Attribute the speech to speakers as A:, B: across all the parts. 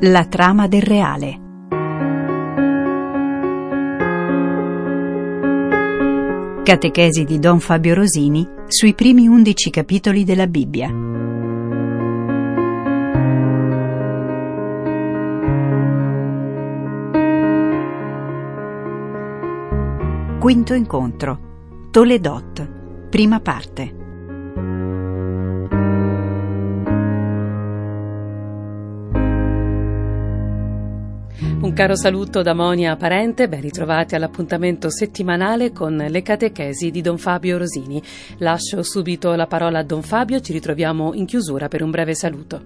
A: La trama del reale. Catechesi di Don Fabio Rosini sui primi 11 capitoli della Bibbia. Quinto incontro. Toledot. Prima parte.
B: Un caro saluto da Monia Parente, ben ritrovati all'appuntamento settimanale con le catechesi di Don Fabio Rosini. Lascio subito la parola a Don Fabio, ci ritroviamo in chiusura per un breve saluto.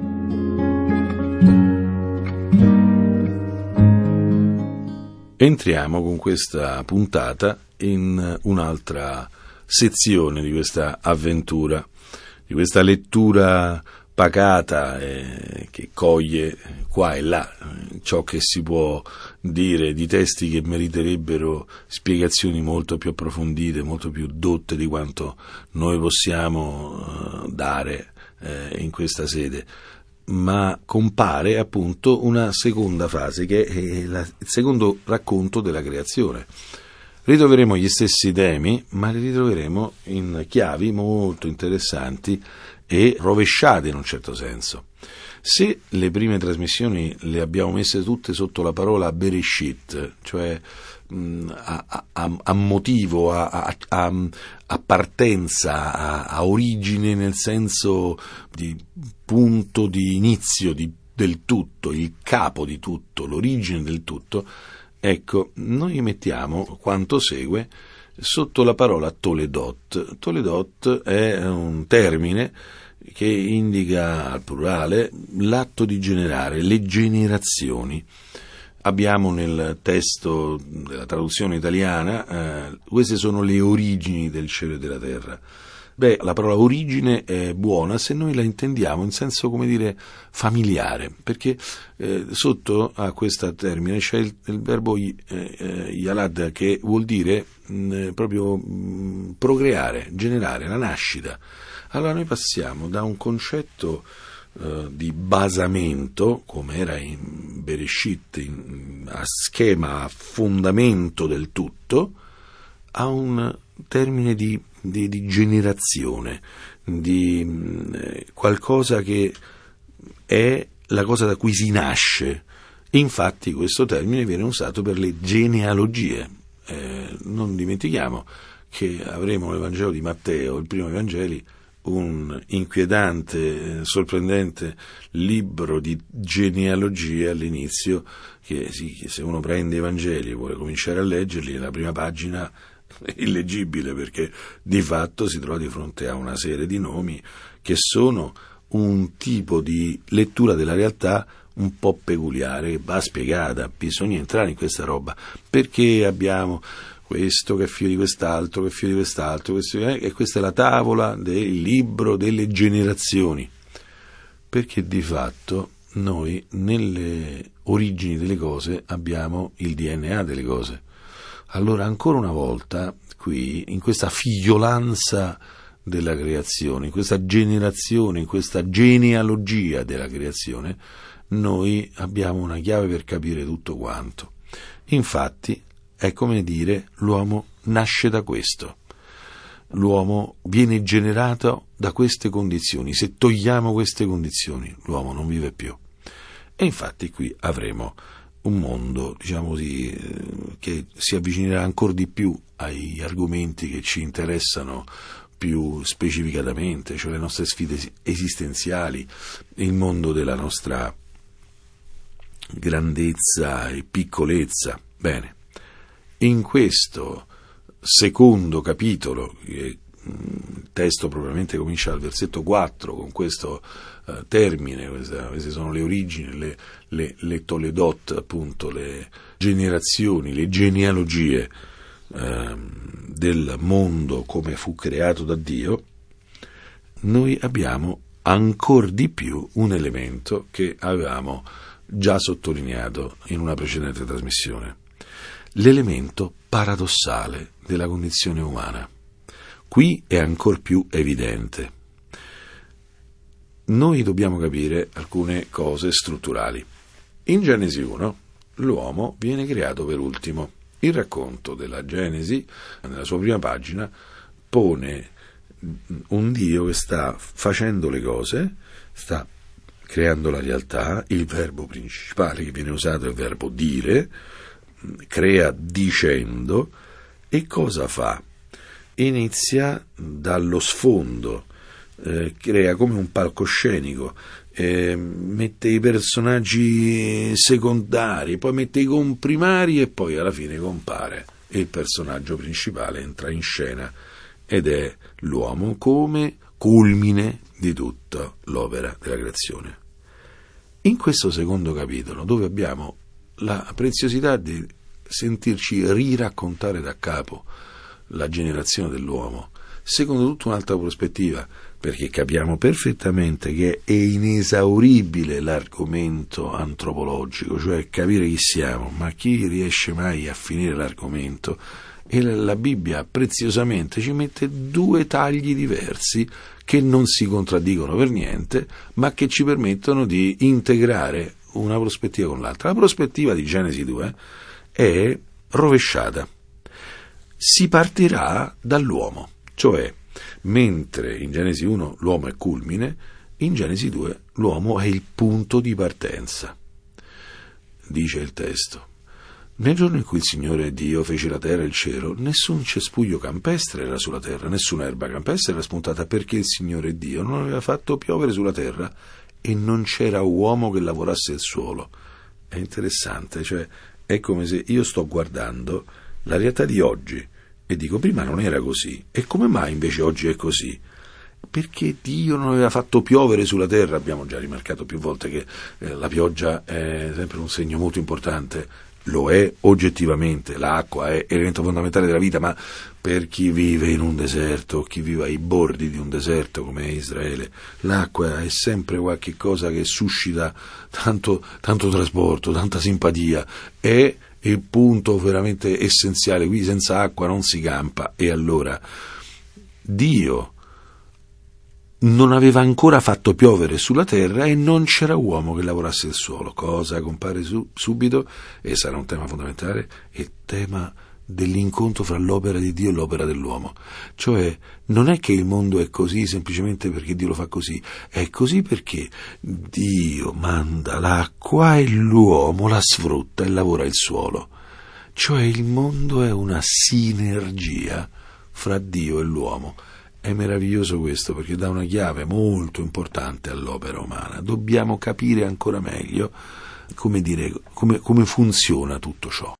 C: Entriamo con questa puntata in un'altra sezione di questa avventura, di questa lettura pacata che coglie qua e là ciò che si può dire di testi che meriterebbero spiegazioni molto più approfondite, molto più dotte di quanto noi possiamo dare in questa sede. Ma compare appunto una seconda fase che è il secondo racconto della creazione. Ritroveremo gli stessi temi, ma li ritroveremo in chiavi molto interessanti e rovesciate in un certo senso. Se le prime trasmissioni le abbiamo messe tutte sotto la parola Bereshit, cioè a motivo, a partenza, a origine, nel senso di punto di inizio del tutto, il capo di tutto, l'origine del tutto, ecco, noi mettiamo quanto segue sotto la parola Toledot. Toledot è un termine che indica al plurale l'atto di generare, le generazioni. Abbiamo nel testo della traduzione italiana, queste sono le origini del cielo e della terra. La parola origine è buona se noi la intendiamo in senso, come dire, familiare, perché sotto a questo termine c'è il verbo yalad, che vuol dire proprio procreare, generare, la nascita. Allora noi passiamo da un concetto di basamento, come era in Bereshit, a schema, a fondamento del tutto, a un termine di generazione, di qualcosa che è la cosa da cui si nasce. Infatti questo termine viene usato per le genealogie. Non dimentichiamo che avremo nel Vangelo di Matteo, il primo dei Vangeli, un inquietante, sorprendente libro di genealogie all'inizio, che se uno prende i Vangeli e vuole cominciare a leggerli, la prima pagina è illeggibile, perché di fatto si trova di fronte a una serie di nomi che sono un tipo di lettura della realtà un po' peculiare, che va spiegata. Bisogna entrare in questa roba, perché abbiamo questo che è figlio di quest'altro, che è figlio di quest'altro, e questa è la tavola del libro delle generazioni, perché di fatto noi nelle origini delle cose abbiamo il DNA delle cose. Allora ancora una volta qui, in questa figliolanza della creazione, in questa generazione, in questa genealogia della creazione, noi abbiamo una chiave per capire tutto quanto. Infatti è come dire, l'uomo nasce da questo, l'uomo viene generato da queste condizioni. Se togliamo queste condizioni, l'uomo non vive più. E infatti qui avremo un mondo, diciamo così, che si avvicinerà ancora di più agli argomenti che ci interessano più specificatamente, cioè le nostre sfide esistenziali, il mondo della nostra grandezza e piccolezza. Bene. In questo secondo capitolo, il testo probabilmente comincia dal versetto 4 con questo termine, queste sono le origini, le Toledot, appunto, le generazioni, le genealogie del mondo come fu creato da Dio. Noi abbiamo ancor di più un elemento che avevamo già sottolineato in una precedente trasmissione. L'elemento paradossale della condizione umana. Qui è ancor più evidente. Noi dobbiamo capire alcune cose strutturali. In Genesi 1 l'uomo viene creato per ultimo. Il racconto della Genesi, nella sua prima pagina, pone un Dio che sta facendo le cose, sta creando la realtà. Il verbo principale che viene usato è il verbo dire, crea dicendo. E cosa fa? Inizia dallo sfondo, crea come un palcoscenico, mette i personaggi secondari, poi mette i comprimari e poi alla fine compare e il personaggio principale entra in scena ed è l'uomo come culmine di tutta l'opera della creazione. In questo secondo capitolo, dove abbiamo la preziosità di sentirci riraccontare da capo la generazione dell'uomo, secondo tutta un'altra prospettiva, perché capiamo perfettamente che è inesauribile l'argomento antropologico, cioè capire chi siamo, ma chi riesce mai a finire l'argomento? E la Bibbia preziosamente ci mette 2 tagli diversi che non si contraddicono per niente, ma che ci permettono di integrare una prospettiva con l'altra. La prospettiva di Genesi 2 è rovesciata. Si partirà dall'uomo, cioè mentre in Genesi 1 l'uomo è culmine, in Genesi 2 l'uomo è il punto di partenza. Dice il testo: nel giorno in cui il Signore Dio fece la terra e il cielo, nessun cespuglio campestre era sulla terra, nessuna erba campestre era spuntata, perché il Signore Dio non aveva fatto piovere sulla terra e non c'era uomo che lavorasse il suolo. È interessante, cioè è come se io sto guardando la realtà di oggi e dico: prima non era così, e come mai invece oggi è così? Perché Dio non aveva fatto piovere sulla terra. Abbiamo già rimarcato più volte che la pioggia è sempre un segno molto importante, lo è oggettivamente, l'acqua è elemento fondamentale della vita, ma per chi vive in un deserto, chi vive ai bordi di un deserto come Israele, l'acqua è sempre qualche cosa che suscita tanto trasporto, tanta simpatia, è il punto veramente essenziale. Qui senza acqua non si campa. E allora Dio non aveva ancora fatto piovere sulla terra e non c'era uomo che lavorasse il suolo. Cosa compare subito? E sarà un tema fondamentale, il tema dell'incontro fra l'opera di Dio e l'opera dell'uomo. Cioè non è che il mondo è così semplicemente perché Dio lo fa così, è così perché Dio manda l'acqua e l'uomo la sfrutta e lavora il suolo. Cioè il mondo è una sinergia fra Dio e l'uomo. È meraviglioso questo, perché dà una chiave molto importante all'opera umana. Dobbiamo capire ancora meglio come funziona tutto ciò.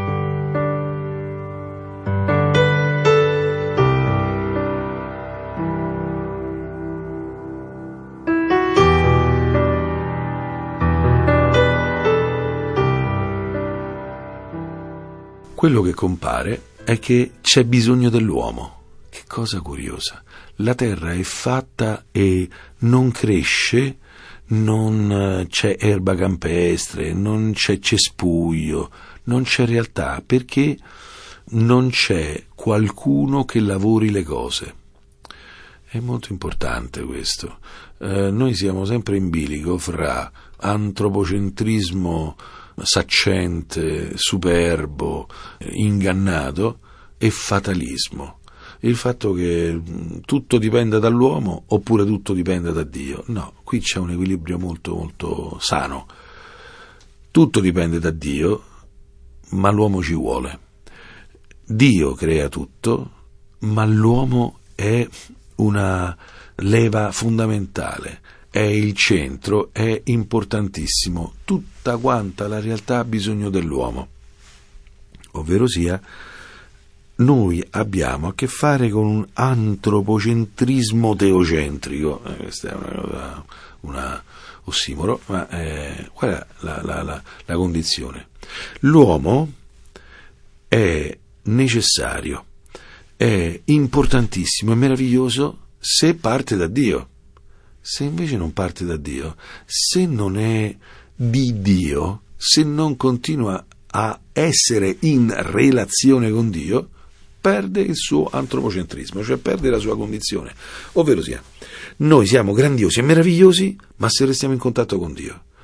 C: Quello che compare è che c'è bisogno dell'uomo. Che cosa curiosa. La terra è fatta e non cresce, non c'è erba campestre, non c'è cespuglio, non c'è realtà, perché non c'è qualcuno che lavori le cose. È molto importante questo. Noi siamo sempre in bilico fra antropocentrismo saccente, superbo, ingannato, e fatalismo. Il fatto che tutto dipenda dall'uomo oppure tutto dipende da Dio. No, qui c'è un equilibrio molto molto sano. Tutto dipende da Dio, ma l'uomo ci vuole. Dio crea tutto, ma l'uomo è una leva fondamentale, è il centro, è importantissimo. Tutta quanta la realtà ha bisogno dell'uomo. Ovverosia, noi abbiamo a che fare con un antropocentrismo teocentrico. Questa è una ossimoro, ma qual è la condizione? L'uomo è necessario, è importantissimo, è meraviglioso se parte da Dio. Se invece non parte da Dio, se non è di Dio, se non continua a essere in relazione con Dio, perde il suo antropocentrismo, cioè perde la sua condizione. Ovvero sia, noi siamo grandiosi e meravigliosi, ma se restiamo in contatto con Dio.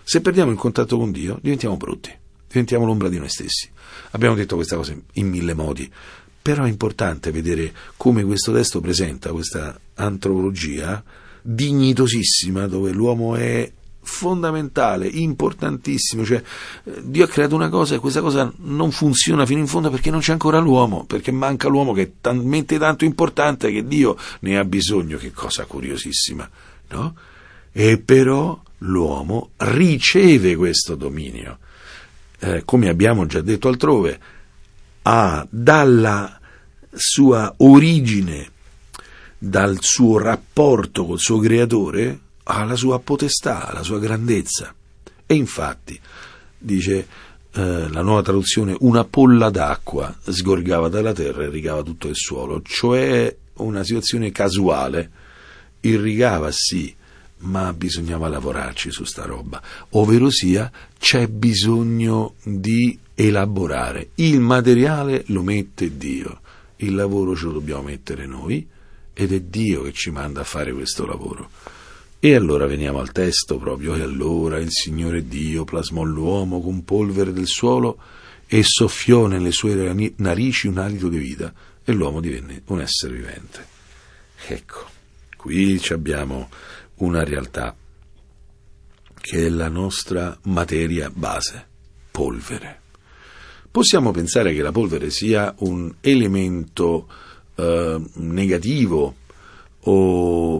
C: Se perdiamo il contatto con Dio, diventiamo brutti, diventiamo l'ombra di noi stessi. Abbiamo detto questa cosa in 1000 modi, però è importante vedere come questo testo presenta questa antropologia dignitosissima, dove l'uomo è fondamentale, importantissimo, cioè Dio ha creato una cosa e questa cosa non funziona fino in fondo perché non c'è ancora l'uomo, perché manca l'uomo che è talmente tanto importante che Dio ne ha bisogno. Che cosa curiosissima, no? E però l'uomo riceve questo dominio, come abbiamo già detto altrove, ha dalla sua origine, dal suo rapporto col suo creatore, alla sua potestà, alla sua grandezza. E infatti, dice la Nuova Traduzione, una polla d'acqua sgorgava dalla terra e irrigava tutto il suolo, cioè una situazione casuale. Irrigava sì, ma bisognava lavorarci su sta roba, ovvero sia c'è bisogno di elaborare. Il materiale lo mette Dio, il lavoro ce lo dobbiamo mettere noi, ed è Dio che ci manda a fare questo lavoro. E allora veniamo al testo proprio. E allora il Signore Dio plasmò l'uomo con polvere del suolo e soffiò nelle sue narici un alito di vita, e l'uomo divenne un essere vivente. Ecco, qui abbiamo una realtà che è la nostra materia base, polvere. Possiamo pensare che la polvere sia un elemento negativo o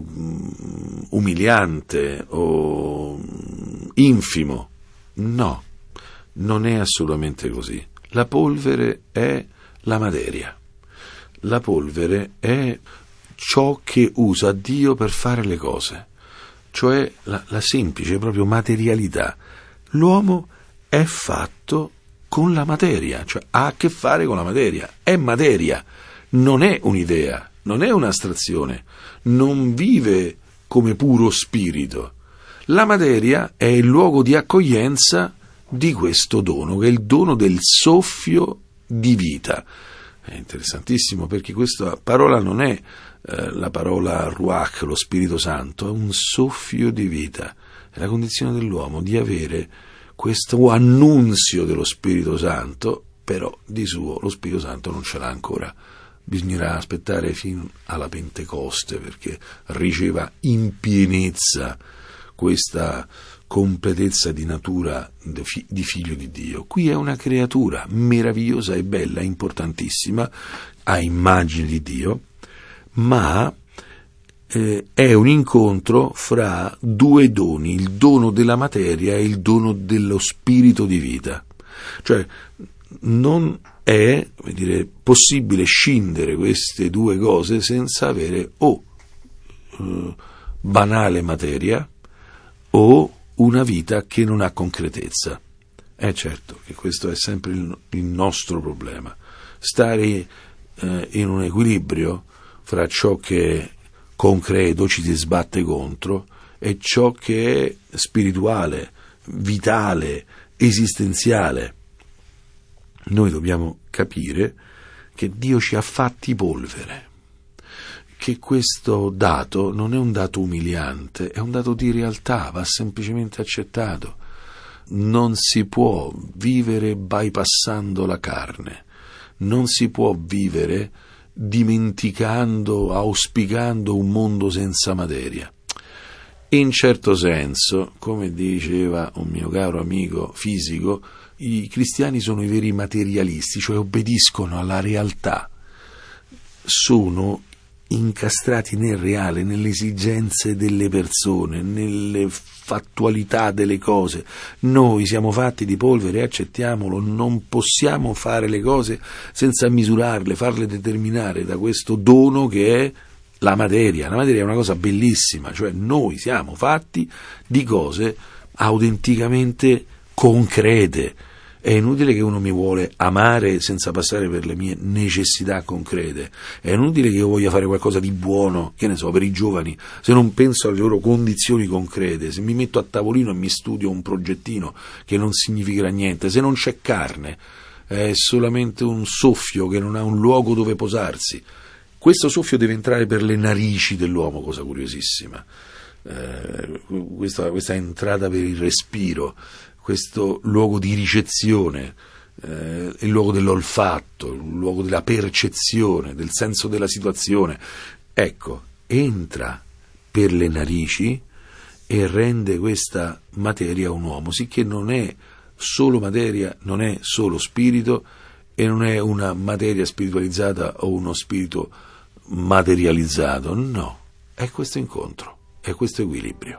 C: umiliante o infimo. No, non è assolutamente così. La polvere è la materia. La polvere è ciò che usa Dio per fare le cose, cioè la semplice proprio materialità. L'uomo è fatto con la materia, cioè ha a che fare con la materia, è materia, non è un'idea, non è un'astrazione, non vive come puro spirito. La materia è il luogo di accoglienza di questo dono, che è il dono del soffio di vita. È interessantissimo, perché questa parola non è la parola Ruach, lo Spirito Santo, è un soffio di vita. È la condizione dell'uomo di avere questo annunzio dello Spirito Santo, però di suo lo Spirito Santo non ce l'ha ancora. Bisognerà aspettare fino alla Pentecoste perché riceva in pienezza questa completezza di natura di figlio di Dio. Qui è una creatura meravigliosa e bella, importantissima, a immagine di Dio, ma è un incontro fra due doni, il dono della materia e il dono dello spirito di vita. Cioè non è, come dire, possibile scindere queste due cose senza avere o banale materia o una vita che non ha concretezza. È certo che questo è sempre il nostro problema, stare in un equilibrio fra ciò che è concreto, ci si sbatte contro, e ciò che è spirituale, vitale, esistenziale. Noi dobbiamo capire che Dio ci ha fatti polvere, che questo dato non è un dato umiliante, è un dato di realtà, va semplicemente accettato. Non si può vivere bypassando la carne, non si può vivere dimenticando, auspicando un mondo senza materia. In certo senso, come diceva un mio caro amico fisico, i cristiani sono i veri materialisti, cioè obbediscono alla realtà, sono incastrati nel reale, nelle esigenze delle persone, nelle fattualità delle cose. Noi siamo fatti di polvere, accettiamolo, non possiamo fare le cose senza misurarle, farle determinare da questo dono che è la materia. La materia è una cosa bellissima, cioè noi siamo fatti di cose autenticamente concrete. È inutile che uno mi vuole amare senza passare per le mie necessità concrete. È inutile che io voglia fare qualcosa di buono, che ne so, per i giovani, se non penso alle loro condizioni concrete, se mi metto a tavolino e mi studio un progettino che non significherà niente, se non c'è carne, è solamente un soffio che non ha un luogo dove posarsi. Questo soffio deve entrare per le narici dell'uomo, cosa curiosissima. questa entrata per il respiro, questo luogo di ricezione, il luogo dell'olfatto, il luogo della percezione, del senso della situazione. Ecco, entra per le narici e rende questa materia un uomo, sicché non è solo materia, non è solo spirito e non è una materia spiritualizzata o uno spirito materializzato, no, è questo incontro, è questo equilibrio.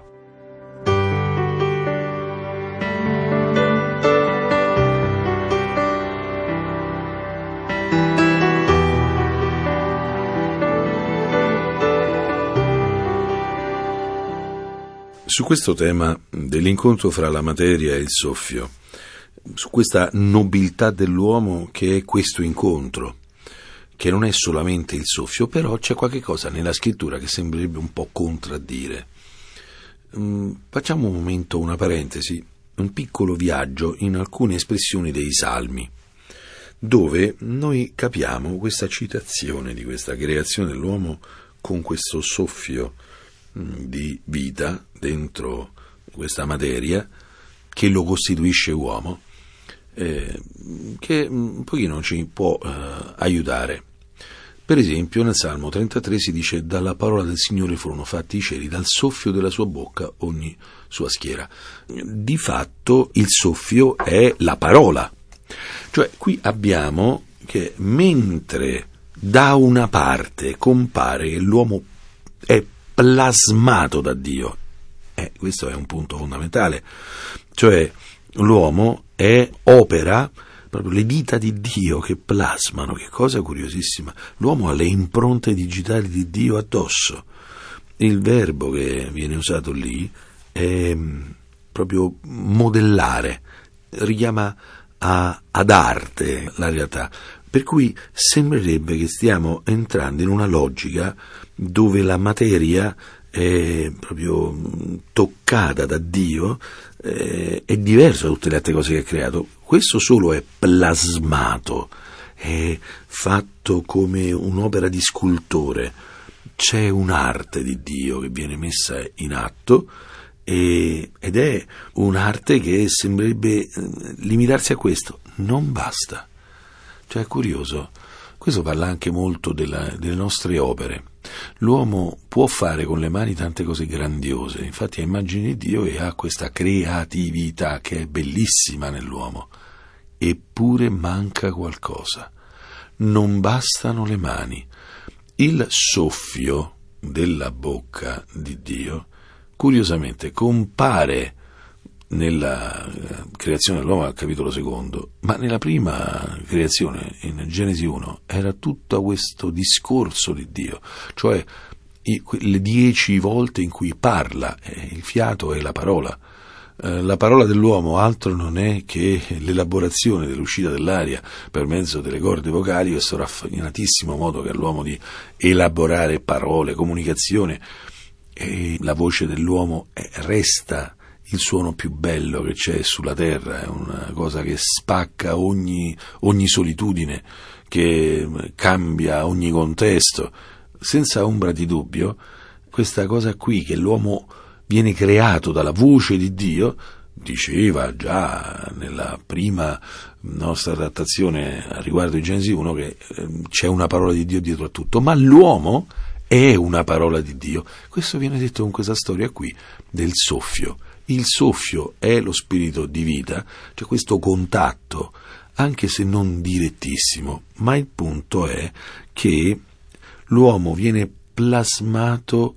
C: Su questo tema dell'incontro fra la materia e il soffio, su questa nobiltà dell'uomo che è questo incontro, che non è solamente il soffio, però c'è qualche cosa nella scrittura che sembrerebbe un po' contraddire. Facciamo un momento una parentesi, un piccolo viaggio in alcune espressioni dei Salmi, dove noi capiamo questa citazione di questa creazione dell'uomo con questo soffio di vita dentro questa materia che lo costituisce uomo, che un pochino ci può aiutare. Per esempio nel Salmo 33 si dice: dalla parola del Signore furono fatti i cieli, dal soffio della sua bocca ogni sua schiera. Di fatto il soffio è la parola, cioè qui abbiamo che mentre da una parte compare che l'uomo è plasmato da Dio, questo è un punto fondamentale, cioè l'uomo è opera proprio le dita di Dio che plasmano. Che cosa curiosissima, l'uomo ha le impronte digitali di Dio addosso. Il verbo che viene usato lì è proprio modellare, richiama ad arte la realtà, per cui sembrerebbe che stiamo entrando in una logica dove la materia è proprio toccata da Dio, è diverso da tutte le altre cose che ha creato. Questo solo è plasmato, è fatto come un'opera di scultore. C'è un'arte di Dio che viene messa in atto ed è un'arte che sembrerebbe limitarsi a questo. Non basta. Cioè è curioso, questo parla anche molto delle nostre opere. L'uomo può fare con le mani tante cose grandiose, infatti è immagine di Dio e ha questa creatività che è bellissima nell'uomo, eppure manca qualcosa, non bastano le mani. Il soffio della bocca di Dio, curiosamente, compare nella creazione dell'uomo al capitolo 2, ma nella prima creazione, in Genesi 1, era tutto questo discorso di Dio, cioè le 10 volte in cui parla, il fiato è la parola. La parola dell'uomo altro non è che l'elaborazione dell'uscita dell'aria per mezzo delle corde vocali, questo raffinatissimo modo che ha l'uomo di elaborare parole, comunicazione, e la voce dell'uomo resta il suono più bello che c'è sulla terra, è una cosa che spacca ogni solitudine, che cambia ogni contesto. Senza ombra di dubbio, questa cosa qui, che l'uomo viene creato dalla voce di Dio, diceva già nella prima nostra trattazione a riguardo di Genesi 1 che c'è una parola di Dio dietro a tutto, ma l'uomo è una parola di Dio. Questo viene detto con questa storia qui del soffio. Il soffio è lo spirito di vita, cioè questo contatto, anche se non direttissimo, ma il punto è che l'uomo viene plasmato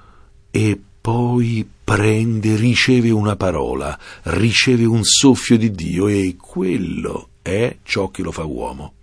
C: e poi riceve una parola, riceve un soffio di Dio e quello è ciò che lo fa uomo.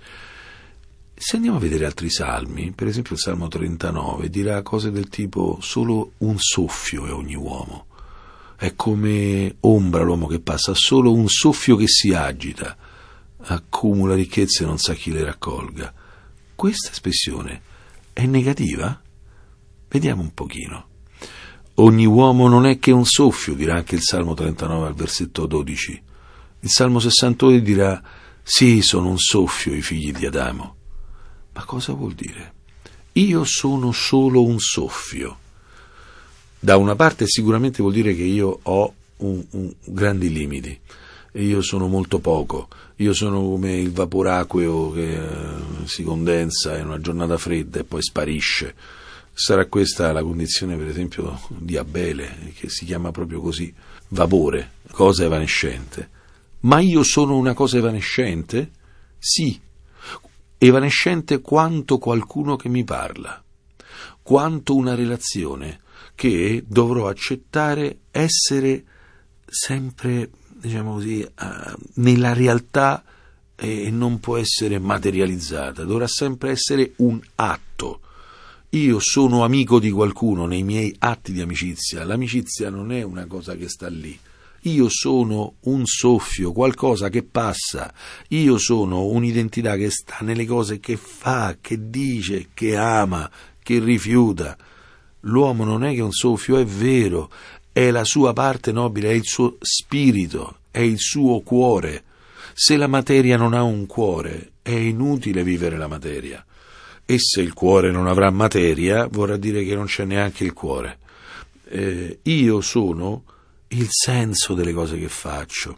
C: Se andiamo a vedere altri salmi, per esempio il Salmo 39 dirà cose del tipo: solo un soffio è ogni uomo. È come ombra l'uomo che passa, solo un soffio che si agita, accumula ricchezze e non sa chi le raccolga. Questa espressione è negativa? Vediamo un pochino. Ogni uomo non è che un soffio, dirà anche il Salmo 39 al versetto 12. Il Salmo 62 dirà: sì, sono un soffio i figli di Adamo. Ma cosa vuol dire? Io sono solo un soffio. Da una parte sicuramente vuol dire che io ho grandi limiti, io sono molto poco, io sono come il vapore acqueo che si condensa in una giornata fredda e poi sparisce. Sarà questa la condizione, per esempio, di Abele, che si chiama proprio così, vapore, cosa evanescente. Ma io sono una cosa evanescente? Sì, evanescente quanto qualcuno che mi parla, quanto una relazione che dovrò accettare essere sempre, diciamo così, nella realtà e non può essere materializzata, dovrà sempre essere un atto. Io sono amico di qualcuno nei miei atti di amicizia, l'amicizia non è una cosa che sta lì. Io sono un soffio, qualcosa che passa, io sono un'identità che sta nelle cose che fa, che dice, che ama, che rifiuta. L'uomo non è che un soffio, è vero, è la sua parte nobile, è il suo spirito, è il suo cuore. Se la materia non ha un cuore, è inutile vivere la materia. E se il cuore non avrà materia, vorrà dire che non c'è neanche il cuore. Io sono il senso delle cose che faccio.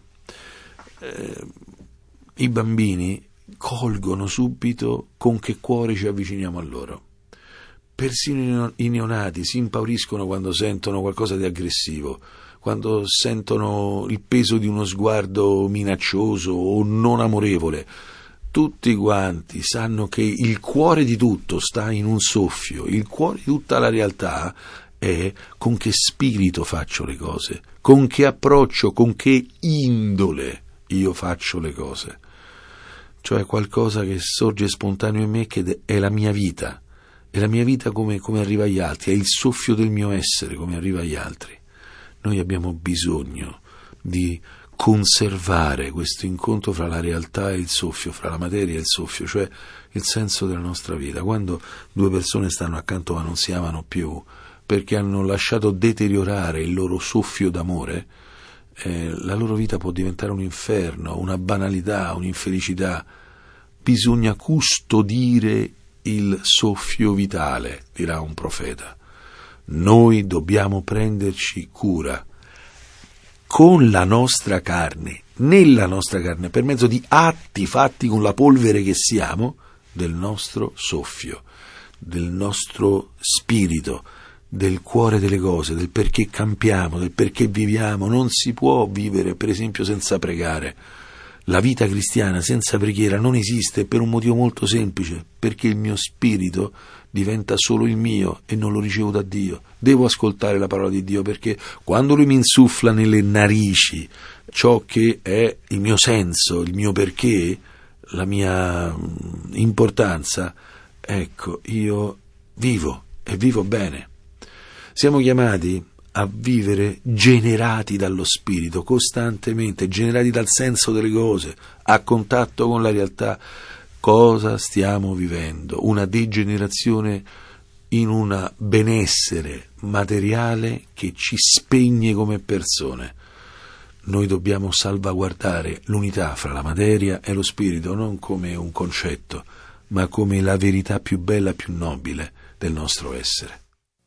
C: I bambini colgono subito con che cuore ci avviciniamo a loro. Persino i neonati si impauriscono quando sentono qualcosa di aggressivo, quando sentono il peso di uno sguardo minaccioso o non amorevole. Tutti quanti sanno che il cuore di tutto sta in un soffio, il cuore di tutta la realtà è con che spirito faccio le cose, con che approccio, con che indole io faccio le cose. Cioè qualcosa che sorge spontaneo in me, che è la mia vita, è la mia vita come arriva agli altri, è il soffio del mio essere come arriva agli altri. Noi abbiamo bisogno di conservare questo incontro fra la realtà e il soffio, fra la materia e il soffio, cioè il senso della nostra vita. Quando due persone stanno accanto ma non si amano più, perché hanno lasciato deteriorare il loro soffio d'amore, la loro vita può diventare un inferno, una banalità, un'infelicità. Bisogna custodire il soffio vitale, dirà un profeta. Noi dobbiamo prenderci cura con la nostra carne, nella nostra carne, per mezzo di atti fatti con la polvere che siamo, del nostro soffio, del nostro spirito, del cuore delle cose, del perché campiamo, del perché viviamo. Non si può vivere, per esempio, senza pregare. La vita cristiana senza preghiera non esiste, per un motivo molto semplice, perché il mio spirito diventa solo il mio e non lo ricevo da Dio. Devo ascoltare la parola di Dio, perché quando Lui mi insuffla nelle narici ciò che è il mio senso, il mio perché, la mia importanza, ecco, io vivo e vivo bene. Siamo chiamati a vivere generati dallo spirito, costantemente, generati dal senso delle cose, a contatto con la realtà. Cosa stiamo vivendo? Una degenerazione in un benessere materiale che ci spegne come persone. Noi dobbiamo salvaguardare l'unità fra la materia e lo spirito, non come un concetto, ma come la verità più bella, più nobile del nostro essere.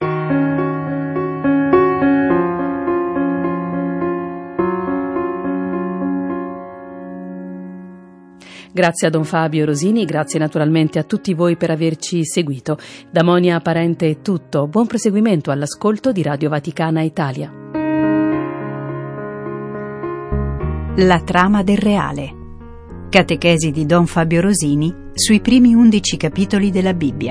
B: Grazie a Don Fabio Rosini, grazie naturalmente a tutti voi per averci seguito. Da Monia Parente è tutto, buon proseguimento all'ascolto di Radio Vaticana Italia.
A: La trama del reale. Catechesi di Don Fabio Rosini sui primi 11 capitoli della Bibbia.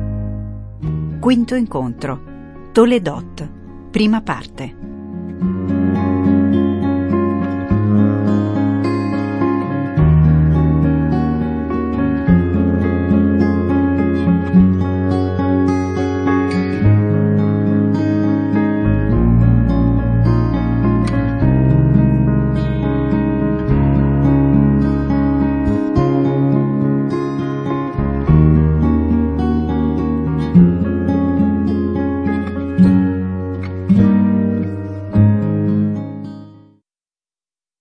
A: Quinto incontro. Toledot. Prima parte.